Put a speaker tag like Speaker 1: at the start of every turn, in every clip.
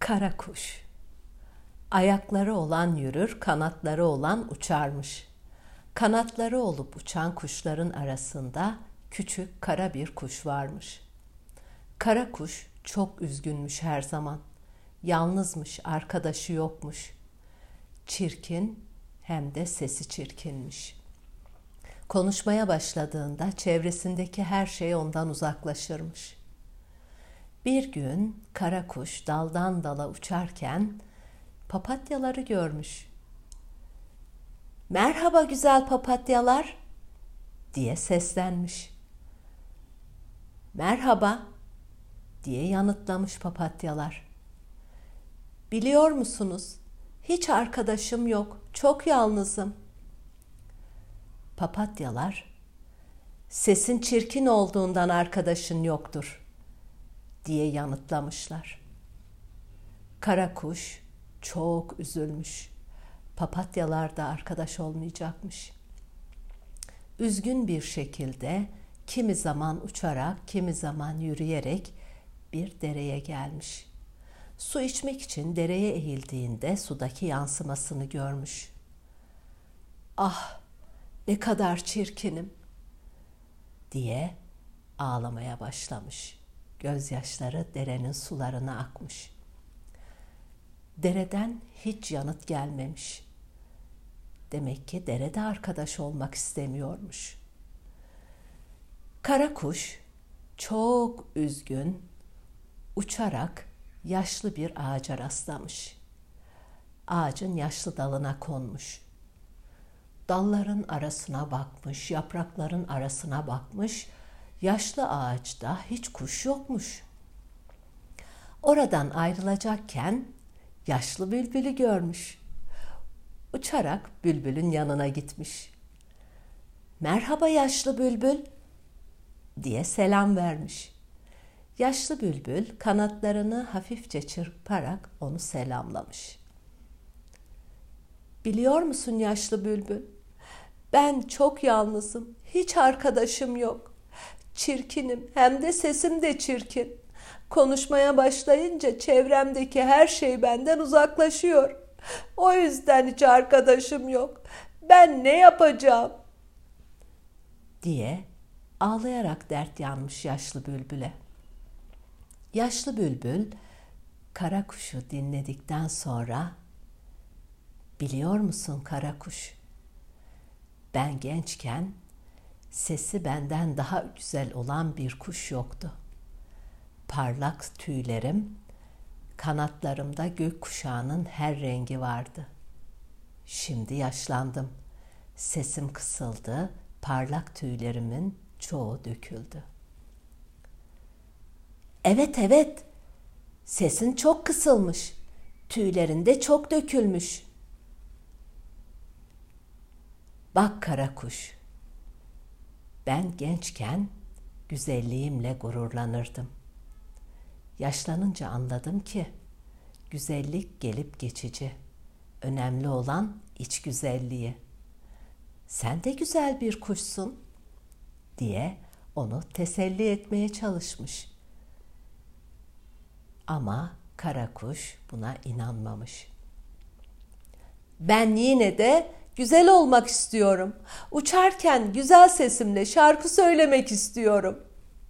Speaker 1: Kara kuş. Ayakları olan yürür, kanatları olan uçarmış. Kanatları olup uçan kuşların arasında küçük kara bir kuş varmış. Kara kuş çok üzgünmüş her zaman. Yalnızmış, arkadaşı yokmuş. Çirkin, hem de sesi çirkinmiş. Konuşmaya başladığında çevresindeki her şey ondan uzaklaşırmış. Bir gün kara kuş daldan dala uçarken papatyaları görmüş. "Merhaba güzel papatyalar," diye seslenmiş. "Merhaba," diye yanıtlamış papatyalar. "Biliyor musunuz? Hiç arkadaşım yok, çok yalnızım." Papatyalar, "Sesin çirkin olduğundan arkadaşın yoktur," diye yanıtlamışlar. Kara kuş çok üzülmüş. Papatyalar da arkadaş olmayacakmış. Üzgün bir şekilde kimi zaman uçarak, kimi zaman yürüyerek bir dereye gelmiş. Su içmek için dereye eğildiğinde sudaki yansımasını görmüş. "Ah, ne kadar çirkinim," diye ağlamaya başlamış. Gözyaşları derenin sularına akmış. Dereden hiç yanıt gelmemiş. Demek ki derede arkadaş olmak istemiyormuş. Kara kuş çok üzgün uçarak yaşlı bir ağaca rastlamış. Ağacın yaşlı dalına konmuş. Dalların arasına bakmış, yaprakların arasına bakmış. Yaşlı ağaçta hiç kuş yokmuş. Oradan ayrılacakken yaşlı bülbülü görmüş. Uçarak bülbülün yanına gitmiş. "Merhaba yaşlı bülbül," diye selam vermiş. Yaşlı bülbül kanatlarını hafifçe çırparak onu selamlamış. "Biliyor musun yaşlı bülbül? Ben çok yalnızım, hiç arkadaşım yok. Çirkinim, hem de sesim de çirkin. Konuşmaya başlayınca çevremdeki her şey benden uzaklaşıyor. O yüzden hiç arkadaşım yok. Ben ne yapacağım?" diye ağlayarak dert yanmış yaşlı bülbüle. Yaşlı bülbül kara kuşu dinledikten sonra, "Biliyor musun kara kuş? Ben gençken sesi benden daha güzel olan bir kuş yoktu. Parlak tüylerim, kanatlarımda gökkuşağının her rengi vardı. Şimdi yaşlandım. Sesim kısıldı, parlak tüylerimin çoğu döküldü." "Evet, evet, sesin çok kısılmış, tüylerin de çok dökülmüş. Bak kara kuş, ben gençken güzelliğimle gururlanırdım. Yaşlanınca anladım ki güzellik gelip geçici. Önemli olan iç güzelliği. Sen de güzel bir kuşsun," diye onu teselli etmeye çalışmış. Ama kara kuş buna inanmamış. "Ben yine de güzel olmak istiyorum. Uçarken güzel sesimle şarkı söylemek istiyorum."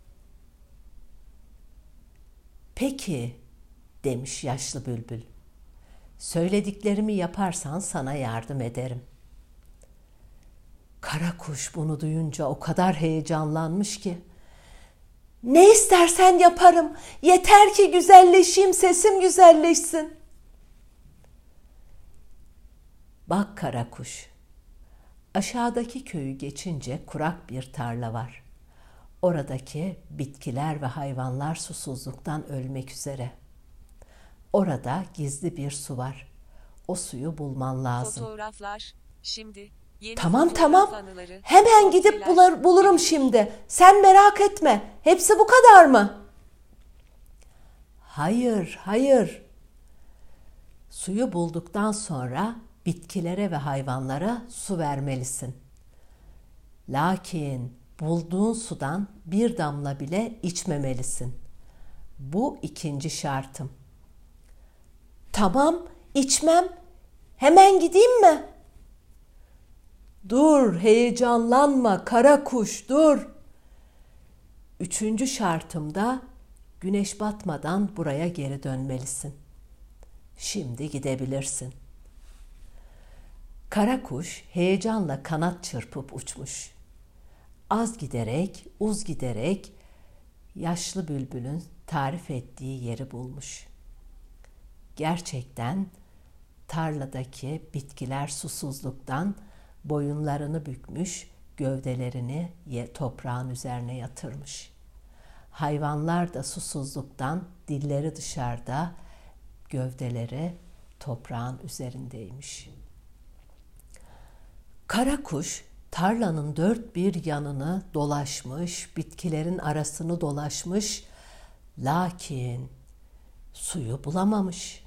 Speaker 1: "Peki," demiş yaşlı bülbül. "Söylediklerimi yaparsan sana yardım ederim." Kara kuş bunu duyunca o kadar heyecanlanmış ki, "Ne istersen yaparım. Yeter ki güzelleşeyim, sesim güzelleşsin." Bak kara kuş, aşağıdaki köyü geçince kurak bir tarla var. Oradaki bitkiler ve hayvanlar susuzluktan ölmek üzere. Orada gizli bir su var. O suyu bulman lazım.
Speaker 2: Fotoğraflar şimdi.
Speaker 1: Tamam. Hemen gidip bulurum şimdi. Sen merak etme. Hepsi bu kadar mı?" Hayır. Suyu bulduktan sonra bitkilere ve hayvanlara su vermelisin. Lakin bulduğun sudan bir damla bile içmemelisin. Bu ikinci şartım. Tamam, içmem. Hemen gideyim mi? Dur, heyecanlanma kara kuş, dur. 3. şartımda güneş batmadan buraya geri dönmelisin. Şimdi gidebilirsin. Kara kuş heyecanla kanat çırpıp uçmuş. Az giderek, uz giderek yaşlı bülbülün tarif ettiği yeri bulmuş. Gerçekten tarladaki bitkiler susuzluktan boyunlarını bükmüş, gövdelerini toprağın üzerine yatırmış. Hayvanlar da susuzluktan dilleri dışarıda, gövdeleri toprağın üzerindeymiş. Kara kuş tarlanın 4 bir yanını dolaşmış, bitkilerin arasını dolaşmış, lakin suyu bulamamış.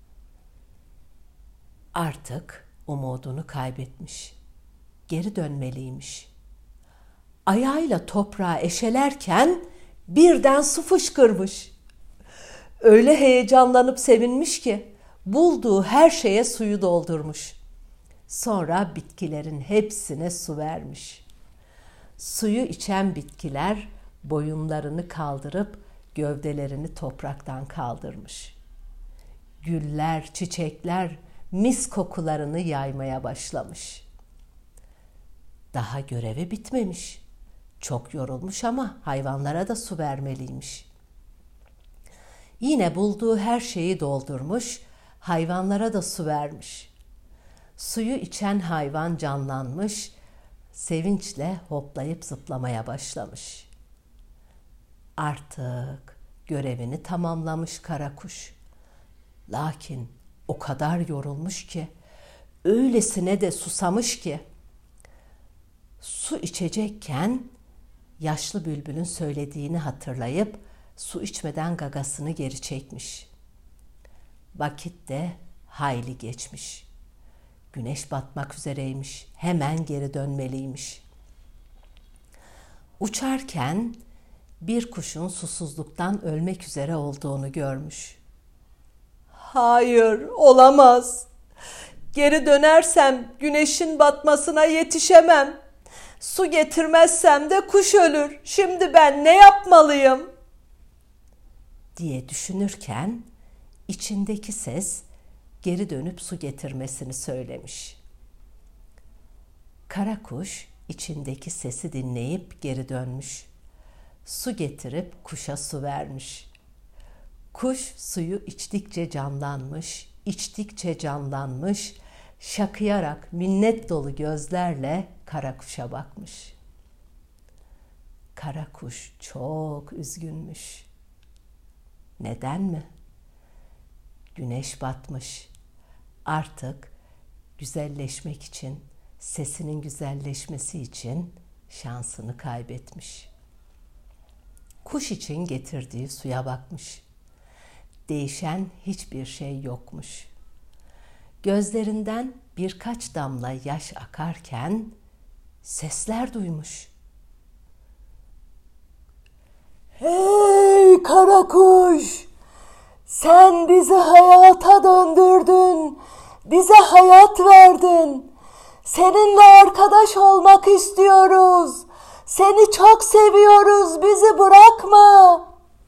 Speaker 1: Artık umudunu kaybetmiş. Geri dönmeliymiş. Ayağıyla toprağı eşelerken birden su fışkırmış. Öyle heyecanlanıp sevinmiş ki bulduğu her şeye suyu doldurmuş. Sonra bitkilerin hepsine su vermiş. Suyu içen bitkiler boyunlarını kaldırıp gövdelerini topraktan kaldırmış. Güller, çiçekler mis kokularını yaymaya başlamış. Daha görevi bitmemiş. Çok yorulmuş ama hayvanlara da su vermeliymiş. Yine bulduğu her şeyi doldurmuş, hayvanlara da su vermiş. Suyu içen hayvan canlanmış, sevinçle hoplayıp zıplamaya başlamış. Artık görevini tamamlamış kara kuş. Lakin o kadar yorulmuş ki, öylesine de susamış ki, su içecekken yaşlı bülbülün söylediğini hatırlayıp su içmeden gagasını geri çekmiş. Vakit de hayli geçmiş. Güneş batmak üzereymiş. Hemen geri dönmeliymiş. Uçarken bir kuşun susuzluktan ölmek üzere olduğunu görmüş. Hayır, olamaz. Geri dönersem güneşin batmasına yetişemem. Su getirmezsem de kuş ölür. Şimdi ben ne yapmalıyım? Diye düşünürken içindeki ses geri dönüp su getirmesini söylemiş. Kara kuş içindeki sesi dinleyip geri dönmüş. Su getirip kuşa su vermiş. Kuş suyu içtikçe canlanmış, içtikçe canlanmış, şakıyarak minnet dolu gözlerle kara kuşa bakmış. Kara kuş çok üzgünmüş. Neden mi? Güneş batmış. Artık güzelleşmek için, sesinin güzelleşmesi için şansını kaybetmiş. Kuş için getirdiği suya bakmış. Değişen hiçbir şey yokmuş. Gözlerinden birkaç damla yaş akarken sesler duymuş. Hey kara kuş! Sen bizi hayata döndürdün. Bize hayat verdin. Seninle arkadaş olmak istiyoruz. Seni çok seviyoruz. Bizi bırakma.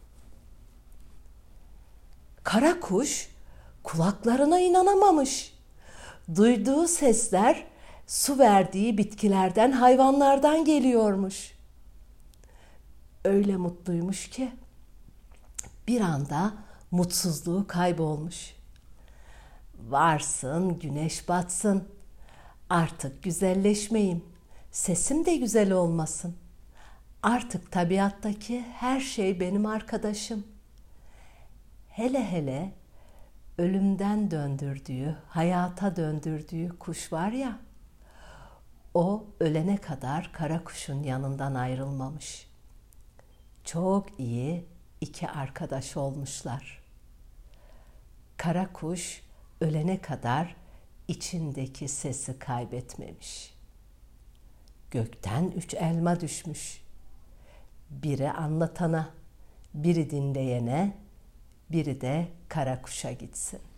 Speaker 1: Kara kuş kulaklarına inanamamış. Duyduğu sesler su verdiği bitkilerden, hayvanlardan geliyormuş. Öyle mutluymuş ki bir anda mutsuzluğu kaybolmuş. Varsın güneş batsın, artık güzelleşmeyim, sesim de güzel olmasın. Artık tabiattaki her şey benim arkadaşım. Hele hele ölümden döndürdüğü, hayata döndürdüğü kuş var ya, o ölene kadar kara kuşun yanından ayrılmamış. Çok iyi iki arkadaş olmuşlar. Kara kuş ölene kadar içindeki sesi kaybetmemiş. Gökten 3 elma düşmüş. Biri anlatana, biri dinleyene, biri de kara kuşa gitsin.